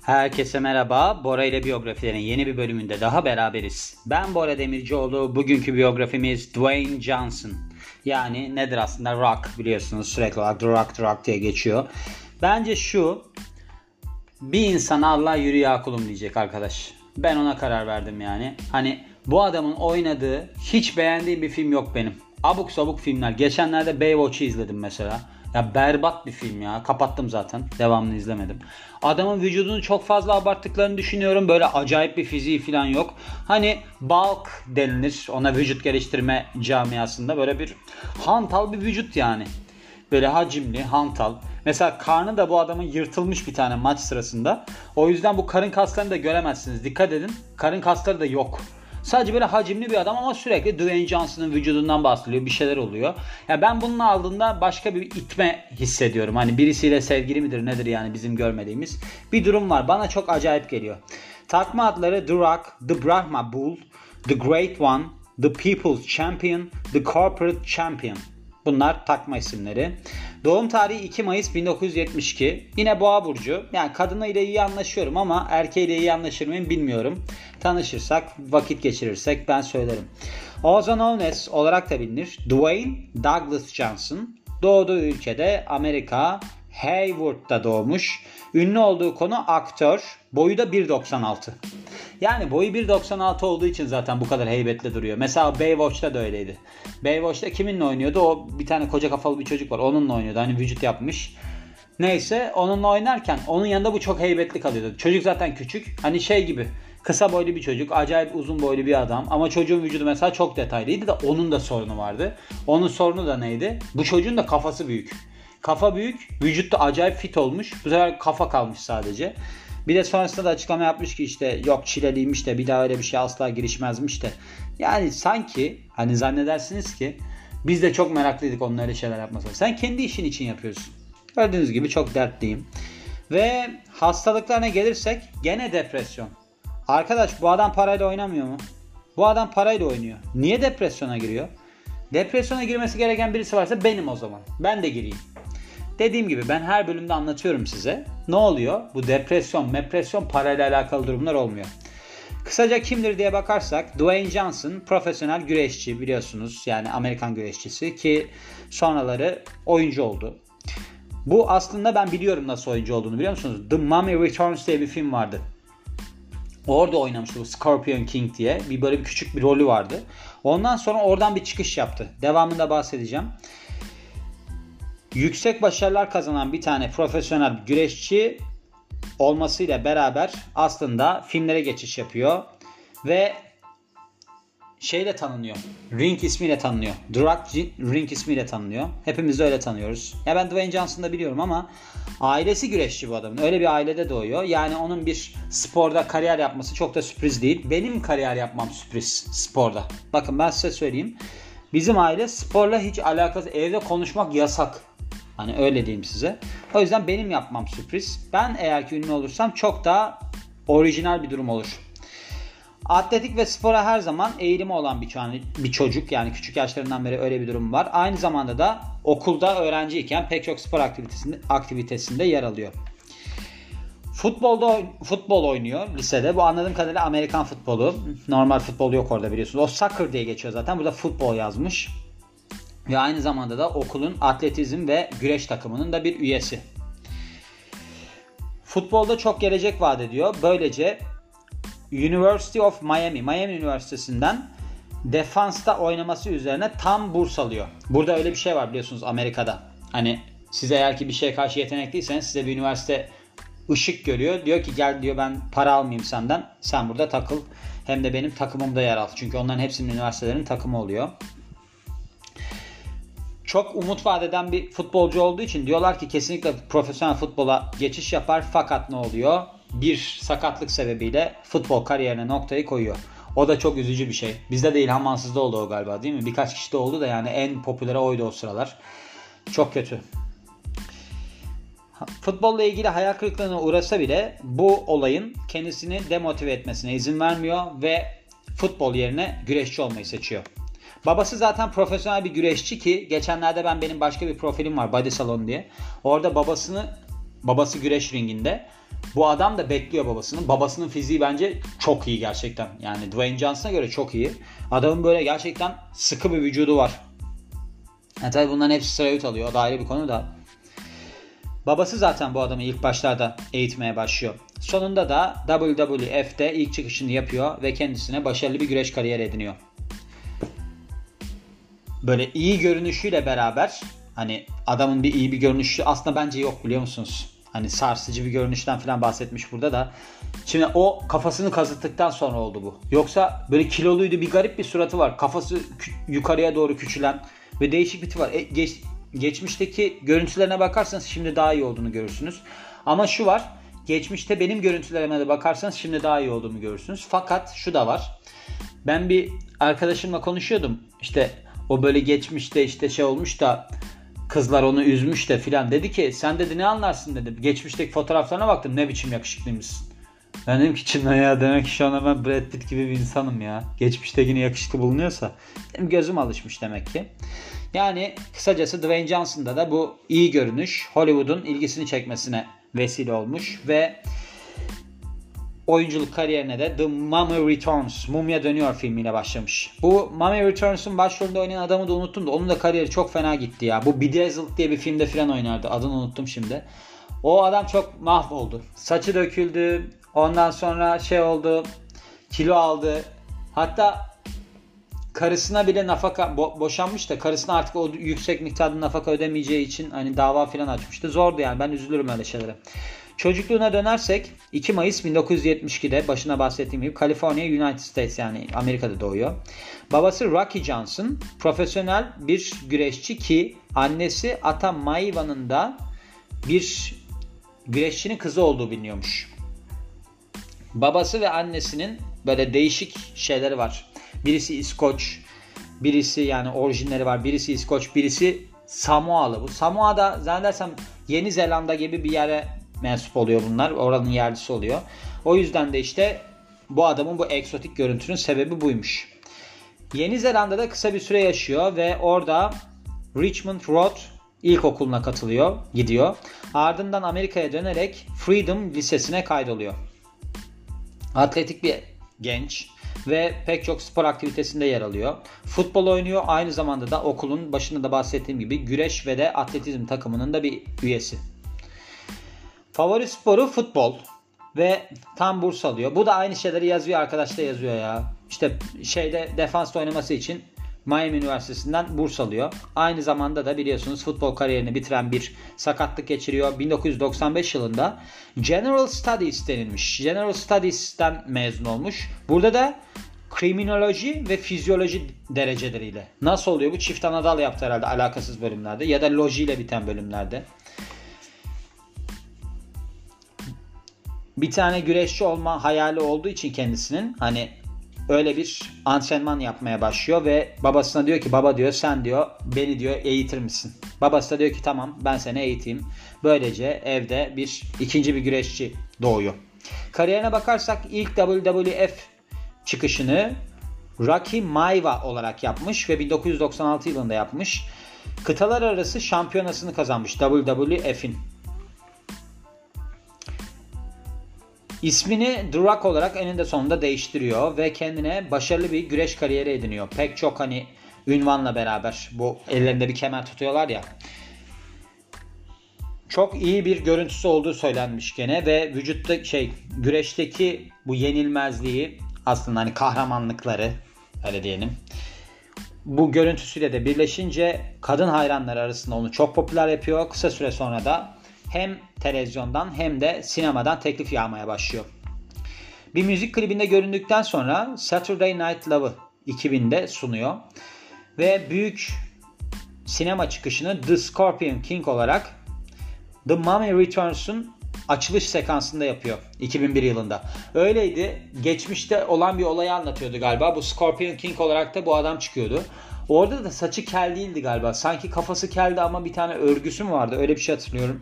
Herkese merhaba. Bora ile biyografilerin yeni bir bölümünde daha beraberiz. Ben Bora Demircioğlu. Bugünkü biyografimiz Dwayne Johnson. Yani nedir aslında? Rock, biliyorsunuz sürekli olarak The Rock diye geçiyor. Bence bir insana Allah yürü ya kulum diyecek arkadaş. Ben ona karar verdim yani. Hani bu adamın oynadığı hiç beğendiğim bir film yok benim. Abuk sabuk filmler. Geçenlerde Baywatch'ı izledim mesela. Ya berbat bir film ya. Kapattım zaten. Devamını izlemedim. Adamın vücudunu çok fazla abarttıklarını düşünüyorum. Böyle acayip bir fiziği falan yok. Hani bulk denilir ona vücut geliştirme camiasında. Böyle bir hantal bir vücut yani. Böyle hacimli, hantal. Mesela karnı da bu adamın yırtılmış bir tane maç sırasında. O yüzden bu karın kaslarını da göremezsiniz. Dikkat edin. Karın kasları da yok. Sadece böyle hacimli bir adam ama sürekli Dwayne Johnson'ın vücudundan bahsediyor. Bir şeyler oluyor. Ya ben bunun aldığında başka bir itme hissediyorum. Hani birisiyle sevgili midir nedir yani bizim görmediğimiz bir durum var. Bana çok acayip geliyor. Takma adları The Rock, The Brahma Bull, The Great One, The People's Champion, The Corporate Champion. Bunlar takma isimleri. Doğum tarihi 2 Mayıs 1972. Yine Boğa burcu. Yani kadınıyla iyi anlaşıyorum ama erkeğiyle iyi anlaşır mıyım bilmiyorum. Tanışırsak, vakit geçirirsek ben söylerim. Also known as olarak da bilinir. Dwayne Douglas Johnson. Doğduğu ülkede Amerika, Hayward'da doğmuş. Ünlü olduğu konu aktör. Boyu da 1.96. Yani boyu 1.96 olduğu için zaten bu kadar heybetli duruyor. Mesela Baywatch'ta da öyleydi. Baywatch'ta kiminle oynuyordu? O bir tane koca kafalı bir çocuk var. Onunla oynuyordu. Hani vücut yapmış. Neyse onunla oynarken onun yanında bu çok heybetli kalıyordu. Çocuk zaten küçük. Hani şey gibi. Kısa boylu bir çocuk. Acayip uzun boylu bir adam. Ama çocuğun vücudu mesela çok detaylıydı da onun da sorunu vardı. Onun sorunu da neydi? Bu çocuğun da kafası büyük. Kafa büyük. Vücutta acayip fit olmuş. Bu sefer kafa kalmış sadece. Bir de sonrasında da açıklama yapmış ki işte yok çileliymiş de bir daha öyle bir şey asla girişmezmiş de. Yani sanki hani zannedersiniz ki biz de çok meraklıydık onun öyle şeyler yapmasına. Sen kendi işin için yapıyorsun. Gördüğünüz gibi çok dertliyim. Ve hastalıklarına gelirsek gene depresyon. Arkadaş bu adam parayla oynamıyor mu? Bu adam parayla oynuyor. Niye depresyona giriyor? Depresyona girmesi gereken birisi varsa benim o zaman. Ben de gireyim. Dediğim gibi ben her bölümde anlatıyorum size. Ne oluyor? Bu depresyon parayla alakalı durumlar olmuyor. Kısaca kimdir diye bakarsak Dwayne Johnson profesyonel güreşçi biliyorsunuz. Yani Amerikan güreşçisi ki sonraları oyuncu oldu. Bu aslında ben biliyorum nasıl oyuncu olduğunu biliyor musunuz? The Mummy Returns diye bir film vardı. Orada oynamıştı bu Scorpion King diye. Böyle bir küçük bir rolü vardı. Ondan sonra oradan bir çıkış yaptı. Devamında bahsedeceğim. Yüksek başarılar kazanan bir tane profesyonel güreşçi olmasıyla beraber aslında filmlere geçiş yapıyor ve şeyle tanınıyor. Ring ismiyle tanınıyor. The Rock Ring ismiyle tanınıyor. Hepimiz de öyle tanıyoruz. Ya ben Dwayne Johnson'ı da biliyorum ama ailesi güreşçi bu adamın. Öyle bir ailede doğuyor. Yani onun bir sporda kariyer yapması çok da sürpriz değil. Benim kariyer yapmam sürpriz sporda. Bakın ben size söyleyeyim. Bizim aile sporla hiç alakası. Evde konuşmak yasak. Hani öyle diyeyim size. O yüzden benim yapmam sürpriz. Ben eğer ki ünlü olursam çok daha orijinal bir durum olur. Atletik ve spora her zaman eğilimi olan bir çocuk. Yani küçük yaşlarından beri öyle bir durum var. Aynı zamanda da okulda öğrenciyken pek çok spor aktivitesinde yer alıyor. Futbol oynuyor lisede. Bu anladığım kadarıyla Amerikan futbolu. Normal futbol yok orada biliyorsunuz. O soccer diye geçiyor zaten. Burada futbol yazmış. Ve aynı zamanda da okulun atletizm ve güreş takımının da bir üyesi. Futbolda çok gelecek vaat ediyor. Böylece University of Miami Üniversitesi'nden defansta oynaması üzerine tam burs alıyor. Burada öyle bir şey var biliyorsunuz Amerika'da. Hani siz eğer ki bir şeye karşı yetenekliyseniz size bir üniversite ışık görüyor. Diyor ki gel diyor ben para almayayım senden. Sen burada takıl. Hem de benim takımımda yer al. Çünkü onların hepsinin üniversitelerin takımı oluyor. Çok umut vaat eden bir futbolcu olduğu için diyorlar ki kesinlikle profesyonel futbola geçiş yapar. Fakat ne oluyor? Bir sakatlık sebebiyle futbol kariyerine noktayı koyuyor. O da çok üzücü bir şey. Bizde de İlhan Mansız'da oldu o galiba değil mi? Birkaç kişi de oldu da yani en popüleri oydu o sıralar. Çok kötü. Futbolla ilgili hayal kırıklığına uğrasa bile bu olayın kendisini demotive etmesine izin vermiyor ve futbol yerine güreşçi olmayı seçiyor. Babası zaten profesyonel bir güreşçi ki geçenlerde benim başka bir profilim var Body Salon diye. Orada babası güreş ringinde Bu adam da bekliyor babasının. Babasının fiziği bence çok iyi gerçekten. Yani Dwayne Johnson'a göre çok iyi. Adamın böyle gerçekten sıkı bir vücudu var. Tabii bunların hepsi steroid alıyor. O da ayrı bir konu da. Babası zaten bu adamı ilk başlarda eğitmeye başlıyor. Sonunda da WWF'de ilk çıkışını yapıyor ve kendisine başarılı bir güreş kariyeri ediniyor. Böyle iyi görünüşüyle beraber, hani adamın iyi bir görünüşü aslında bence yok, biliyor musunuz? Hani sarsıcı bir görünüşten falan bahsetmiş burada da. Şimdi o kafasını kazıttıktan sonra oldu bu. Yoksa böyle kiloluydu, bir garip bir suratı var. Kafası yukarıya doğru küçülen ve değişik bir tip var. Geçmişteki görüntülerine bakarsanız şimdi daha iyi olduğunu görürsünüz. Ama şu var. Geçmişte benim görüntülerime de bakarsanız şimdi daha iyi olduğumu görürsünüz. Fakat şu da var. Ben bir arkadaşımla konuşuyordum. İşte o böyle geçmişte işte şey olmuş da kızlar onu üzmüş de filan. Dedi ki sen dedi ne anlarsın dedi. Geçmişteki fotoğraflarına baktım, ne biçim yakışıklıymışsın. Ben dedim ki Çınla ya, demek ki şu an ben Brad Pitt gibi bir insanım ya. Geçmişte yine yakışıklı bulunuyorsa. Benim gözüm alışmış demek ki. Yani kısacası Dwayne Johnson'da da bu iyi görünüş Hollywood'un ilgisini çekmesine vesile olmuş ve oyunculuk kariyerine de The Mummy Returns, Mumya Dönüyor filmiyle başlamış. Bu Mummy Returns'un başrolünde oynayan adamı da unuttum da onun da kariyeri çok fena gitti ya. Bu Bedazzled diye bir filmde falan oynardı. Adını unuttum şimdi. O adam çok mahvoldu. Saçı döküldü. Ondan sonra şey oldu. Kilo aldı. Hatta karısına bile nafaka boşanmış da karısına artık o yüksek miktarda nafaka ödemeyeceği için hani dava falan açmıştı. Zordu yani, ben üzülürüm öyle şeylere. Çocukluğuna dönersek 2 Mayıs 1972'de başına bahsettiğim gibi Kaliforniya, United States yani Amerika'da doğuyor. Babası Rocky Johnson profesyonel bir güreşçi ki annesi Ata Maiva'nın da bir güreşçinin kızı olduğu biliniyormuş. Babası ve annesinin böyle değişik şeyleri var. Birisi İskoç, birisi yani orijinleri var. Birisi İskoç, birisi Samoalı. Bu Samoa'da zannedersem Yeni Zelanda gibi bir yere mensup oluyor bunlar. Oranın yerlisi oluyor. O yüzden de işte bu adamın bu egzotik görüntünün sebebi buymuş. Yeni Zelanda'da kısa bir süre yaşıyor ve orada Richmond Road İlkokulu'na gidiyor. Ardından Amerika'ya dönerek Freedom Lisesi'ne kaydoluyor. Atletik bir genç ve pek çok spor aktivitesinde yer alıyor. Futbol oynuyor. Aynı zamanda da okulun başında da bahsettiğim gibi güreş ve de atletizm takımının da bir üyesi. Favori sporu futbol ve tam burs alıyor. Bu da aynı şeyleri yazıyor, arkadaş da yazıyor ya. İşte defansta oynaması için Miami Üniversitesi'nden burs alıyor. Aynı zamanda da biliyorsunuz futbol kariyerini bitiren bir sakatlık geçiriyor. 1995 yılında General Studies denilmiş. General Studies'ten mezun olmuş. Burada da kriminoloji ve fizyoloji dereceleriyle. Nasıl oluyor bu? Çift anadal yaptı herhalde alakasız bölümlerde ya da loji ile biten bölümlerde. Bir tane güreşçi olma hayali olduğu için kendisinin hani öyle bir antrenman yapmaya başlıyor ve babasına diyor ki baba diyor sen diyor beni diyor eğitir misin? Babası da diyor ki tamam ben seni eğiteyim. Böylece evde ikinci bir güreşçi doğuyor. Kariyerine bakarsak ilk WWF çıkışını Rocky Maiva olarak yapmış ve 1996 yılında yapmış. Kıtalar arası şampiyonasını kazanmış WWF'in. İsmini The Rock olarak eninde sonunda değiştiriyor ve kendine başarılı bir güreş kariyeri ediniyor. Pek çok hani ünvanla beraber bu ellerinde bir kemer tutuyorlar ya. Çok iyi bir görüntüsü olduğu söylenmiş gene ve vücutta güreşteki bu yenilmezliği aslında hani kahramanlıkları öyle diyelim. Bu görüntüsüyle de birleşince kadın hayranları arasında onu çok popüler yapıyor. Kısa süre sonra da hem televizyondan hem de sinemadan teklif yağmaya başlıyor. Bir müzik klibinde göründükten sonra Saturday Night Live'ı 2000'de sunuyor. Ve büyük sinema çıkışını The Scorpion King olarak The Mummy Returns'un açılış sekansında yapıyor 2001 yılında. Öyleydi. Geçmişte olan bir olayı anlatıyordu galiba. Bu Scorpion King olarak da bu adam çıkıyordu. Orada da saçı kel değildi galiba. Sanki kafası keldi ama bir tane örgüsü mü vardı? Öyle bir şey hatırlıyorum.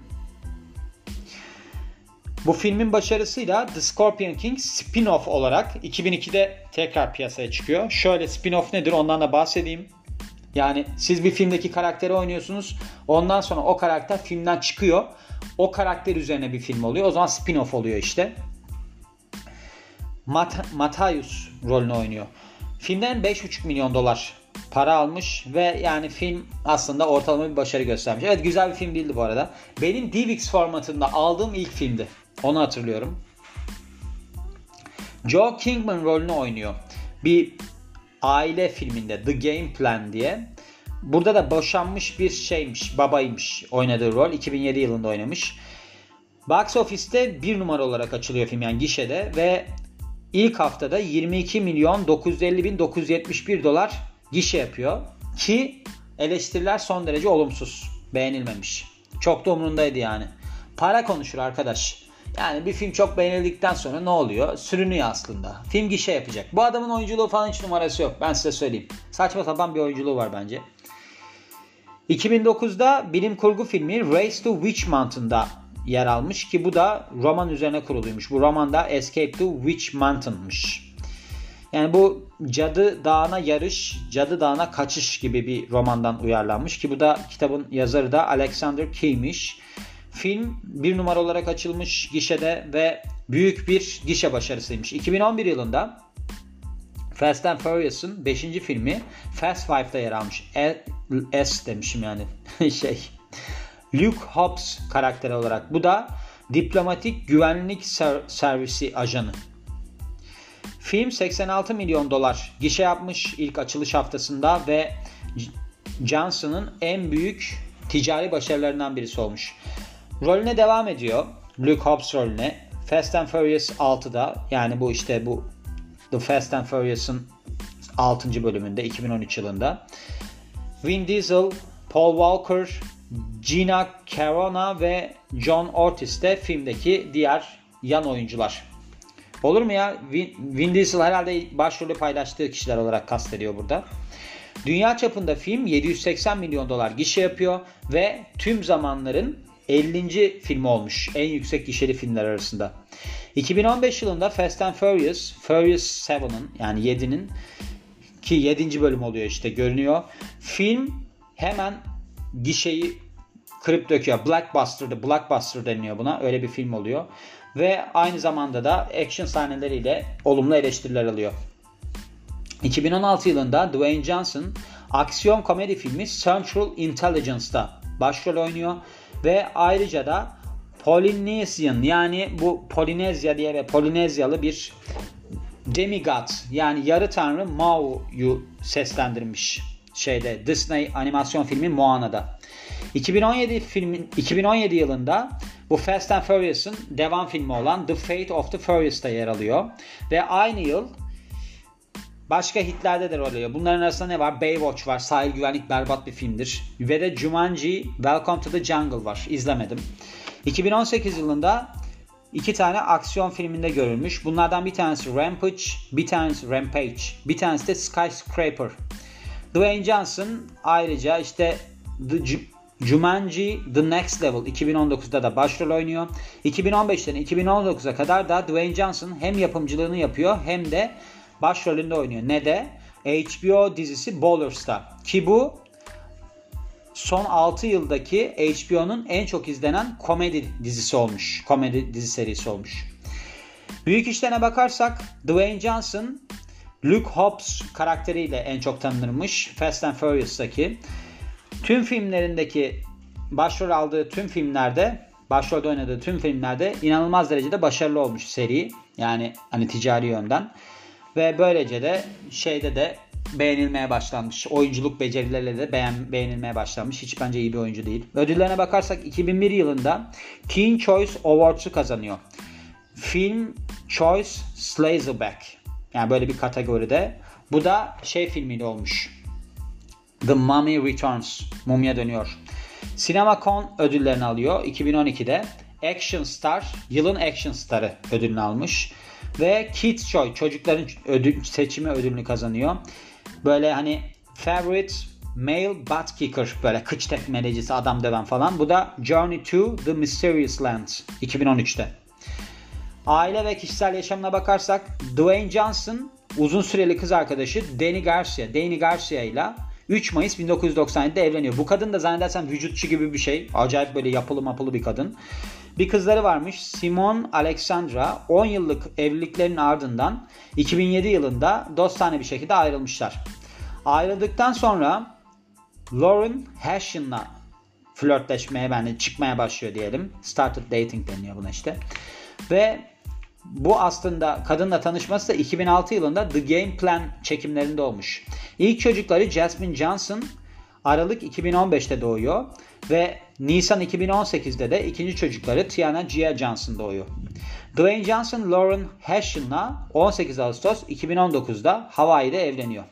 Bu filmin başarısıyla The Scorpion King spin-off olarak 2002'de tekrar piyasaya çıkıyor. Şöyle spin-off nedir ondan da bahsedeyim. Yani siz bir filmdeki karakteri oynuyorsunuz. Ondan sonra o karakter filmden çıkıyor. O karakter üzerine bir film oluyor. O zaman spin-off oluyor işte. Matthäus rolünü oynuyor. Filmden $5,5 milyon para almış ve yani film aslında ortalama bir başarı göstermiş. Evet, güzel bir film değildi bu arada. Benim DivX formatında aldığım ilk filmdi. Onu hatırlıyorum. Joe Kingman rolünü oynuyor. Bir aile filminde The Game Plan diye. Burada da boşanmış bir babaymış oynadığı rol. 2007 yılında oynamış. Box Office'te 1 numara olarak açılıyor film, yani gişede, ve ilk haftada 22.950.971 dolar gişe yapıyor. Ki eleştiriler son derece olumsuz. Beğenilmemiş. Çok da umurundaydı yani. Para konuşur arkadaş. Yani bir film çok beğenildikten sonra ne oluyor? Sürünüyor aslında. Film gişe yapacak. Bu adamın oyunculuğu falan hiç numarası yok. Ben size söyleyeyim. Saçma sapan bir oyunculuğu var bence. 2009'da bilim kurgu filmi Race to Witch Mountain'da yer almış ki bu da roman üzerine kuruluymuş. Bu romanda Escape to Witch Mountain'mış. Yani bu Cadı Dağı'na yarış, Cadı Dağı'na kaçış gibi bir romandan uyarlanmış ki bu da kitabın yazarı da Alexander Key'miş. Film 1 numara olarak açılmış gişede ve büyük bir gişe başarısıymış. 2011 yılında Fast and Furious'ın 5. filmi Fast Five'da yer almış. S demişim yani. Luke Hobbs karakteri olarak. Bu da diplomatik güvenlik servisi ajanı. Film $86 milyon gişe yapmış ilk açılış haftasında ve Johnson'ın en büyük ticari başarılarından birisi olmuş. Rolüne devam ediyor. Luke Hobbs rolüne. Fast and Furious 6'da, yani bu The Fast and Furious'ın 6. bölümünde 2013 yılında. Vin Diesel, Paul Walker, Gina Carano ve John Ortiz de filmdeki diğer yan oyuncular. Olur mu ya? Vin Diesel herhalde başrolü paylaştığı kişiler olarak kastediyor burada. Dünya çapında film $780 milyon gişe yapıyor ve tüm zamanların 50. filmi olmuş. En yüksek gişeli filmler arasında. 2015 yılında Fast and Furious 7'ın, yani 7'nin, ki 7. bölüm oluyor işte, görünüyor. Film hemen gişeyi kırıp döküyor. Blockbuster deniliyor buna. Öyle bir film oluyor. Ve aynı zamanda da action sahneleriyle olumlu eleştiriler alıyor. 2016 yılında Dwayne Johnson aksiyon komedi filmi Central Intelligence'da başrol oynuyor. Ve ayrıca da Polynesian, yani bu Polinezya diye ve Polinezyalı bir demigod, yani yarı tanrı Mau'yu seslendirmiş Disney animasyon filmi Moana'da. 2017 yılında bu Fast and Furious'ın devam filmi olan The Fate of the Furious'ta yer alıyor. Ve aynı yıl başka hitlerde de rol alıyor. Bunların arasında ne var? Baywatch var. Sahil güvenlik berbat bir filmdir. Ve de Jumanji Welcome to the Jungle var. İzlemedim. 2018 yılında 2 tane aksiyon filminde görülmüş. Bunlardan bir tanesi Rampage, bir tanesi de Skyscraper. Dwayne Johnson ayrıca işte Jumanji The Next Level 2019'da da başrol oynuyor. 2015'ten 2019'a kadar da Dwayne Johnson hem yapımcılığını yapıyor hem de başrolünde oynuyor. Ne de? HBO dizisi Ballers'ta. Ki bu son 6 yıldaki HBO'nun en çok izlenen komedi dizisi olmuş. Komedi dizi serisi olmuş. Büyük işlerine bakarsak Dwayne Johnson Luke Hobbs karakteriyle en çok tanınırmış Fast and Furious'taki. Tüm filmlerindeki başrolde oynadığı tüm filmlerde inanılmaz derecede başarılı olmuş seri. Yani hani ticari yönden. Ve böylece de de beğenilmeye başlanmış. Oyunculuk becerileriyle de beğenilmeye başlanmış. Hiç bence iyi bir oyuncu değil. Ödüllerine bakarsak 2001 yılında Teen Choice Awards'u kazanıyor. Film Choice Slazerback. Yani böyle bir kategoride. Bu da filmiyle olmuş. The Mummy Returns. Mumya dönüyor. CinemaCon ödüllerini alıyor 2012'de. Action Star, yılın Action Star'ı ödülünü almış. Ve Kids Choice, çocukların seçimi ödülünü kazanıyor. Böyle hani Favorite Male Butt Kicker, böyle kıç tekmelecisi, adam döven falan. Bu da Journey to the Mysterious Land 2013'te. Aile ve kişisel yaşamına bakarsak Dwayne Johnson uzun süreli kız arkadaşı Dani Garcia ile 3 Mayıs 1997'de evleniyor. Bu kadın da zannedersem vücutçu gibi bir şey. Acayip böyle yapılı mapılı bir kadın. Bir kızları varmış, Simone Alexandra. 10 yıllık evliliklerin ardından 2007 yılında dostane bir şekilde ayrılmışlar. Ayrıldıktan sonra Lauren Hashian'la flörtleşmeye, çıkmaya başlıyor diyelim. Started dating deniyor buna işte. Ve bu aslında kadınla tanışması da 2006 yılında The Game Plan çekimlerinde olmuş. İlk çocukları Jasmine Johnson Aralık 2015'te doğuyor ve Nisan 2018'de de ikinci çocukları Tiana Gia Johnson doğuyor. Dwayne Johnson, Lauren Hashian'la 18 Ağustos 2019'da Hawaii'de evleniyor.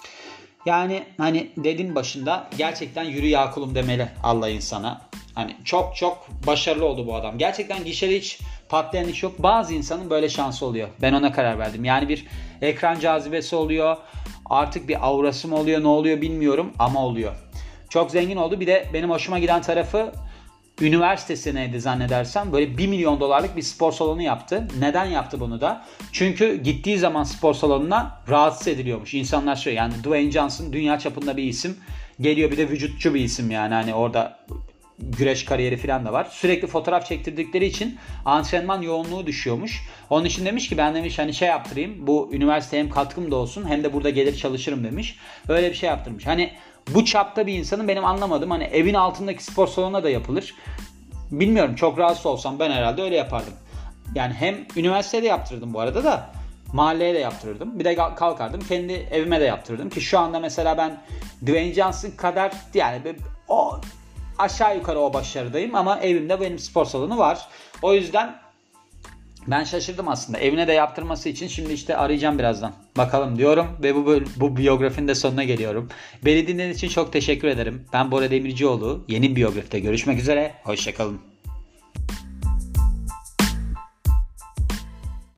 Yani hani dediğin başında gerçekten yürü ya kulum demeli Allah insana. Hani çok çok başarılı oldu bu adam. Gerçekten gişede hiç patlayan iş yok. Bazı insanın böyle şansı oluyor. Ben ona karar verdim. Yani bir ekran cazibesi oluyor. Artık bir aurası mı oluyor, ne oluyor bilmiyorum ama oluyor. Çok zengin oldu. Bir de benim hoşuma giden tarafı üniversitesindeydi zannedersem. Böyle 1 milyon dolarlık bir spor salonu yaptı. Neden yaptı bunu da? Çünkü gittiği zaman spor salonuna rahatsız ediliyormuş. İnsanlar söylüyor. Yani Dwayne Johnson dünya çapında bir isim. Geliyor bir de vücutçu bir isim yani. Hani orada güreş kariyeri falan da var. Sürekli fotoğraf çektirdikleri için antrenman yoğunluğu düşüyormuş. Onun için demiş ki ben demiş hani şey yaptırayım. Bu üniversiteye hem katkım da olsun hem de burada gelir çalışırım demiş. Öyle bir şey yaptırmış. Hani bu çapta bir insanın benim anlamadığım hani evin altındaki spor salonuna da yapılır. Bilmiyorum, çok rahatsız olsam ben herhalde öyle yapardım. Yani hem üniversitede yaptırdım bu arada da mahalleye de yaptırırdım. Bir de kalkardım kendi evime de yaptırırdım ki şu anda mesela ben Dwayne Johnson kadar yani o aşağı yukarı o başarıdayım ama evimde benim spor salonu var. O yüzden ben şaşırdım aslında. Evine de yaptırması için şimdi işte arayacağım birazdan. Bakalım diyorum ve bu biyografinin de sonuna geliyorum. Beni dinlediğiniz için çok teşekkür ederim. Ben Bora Demircioğlu. Yeni bir biyografide görüşmek üzere. Hoşçakalın.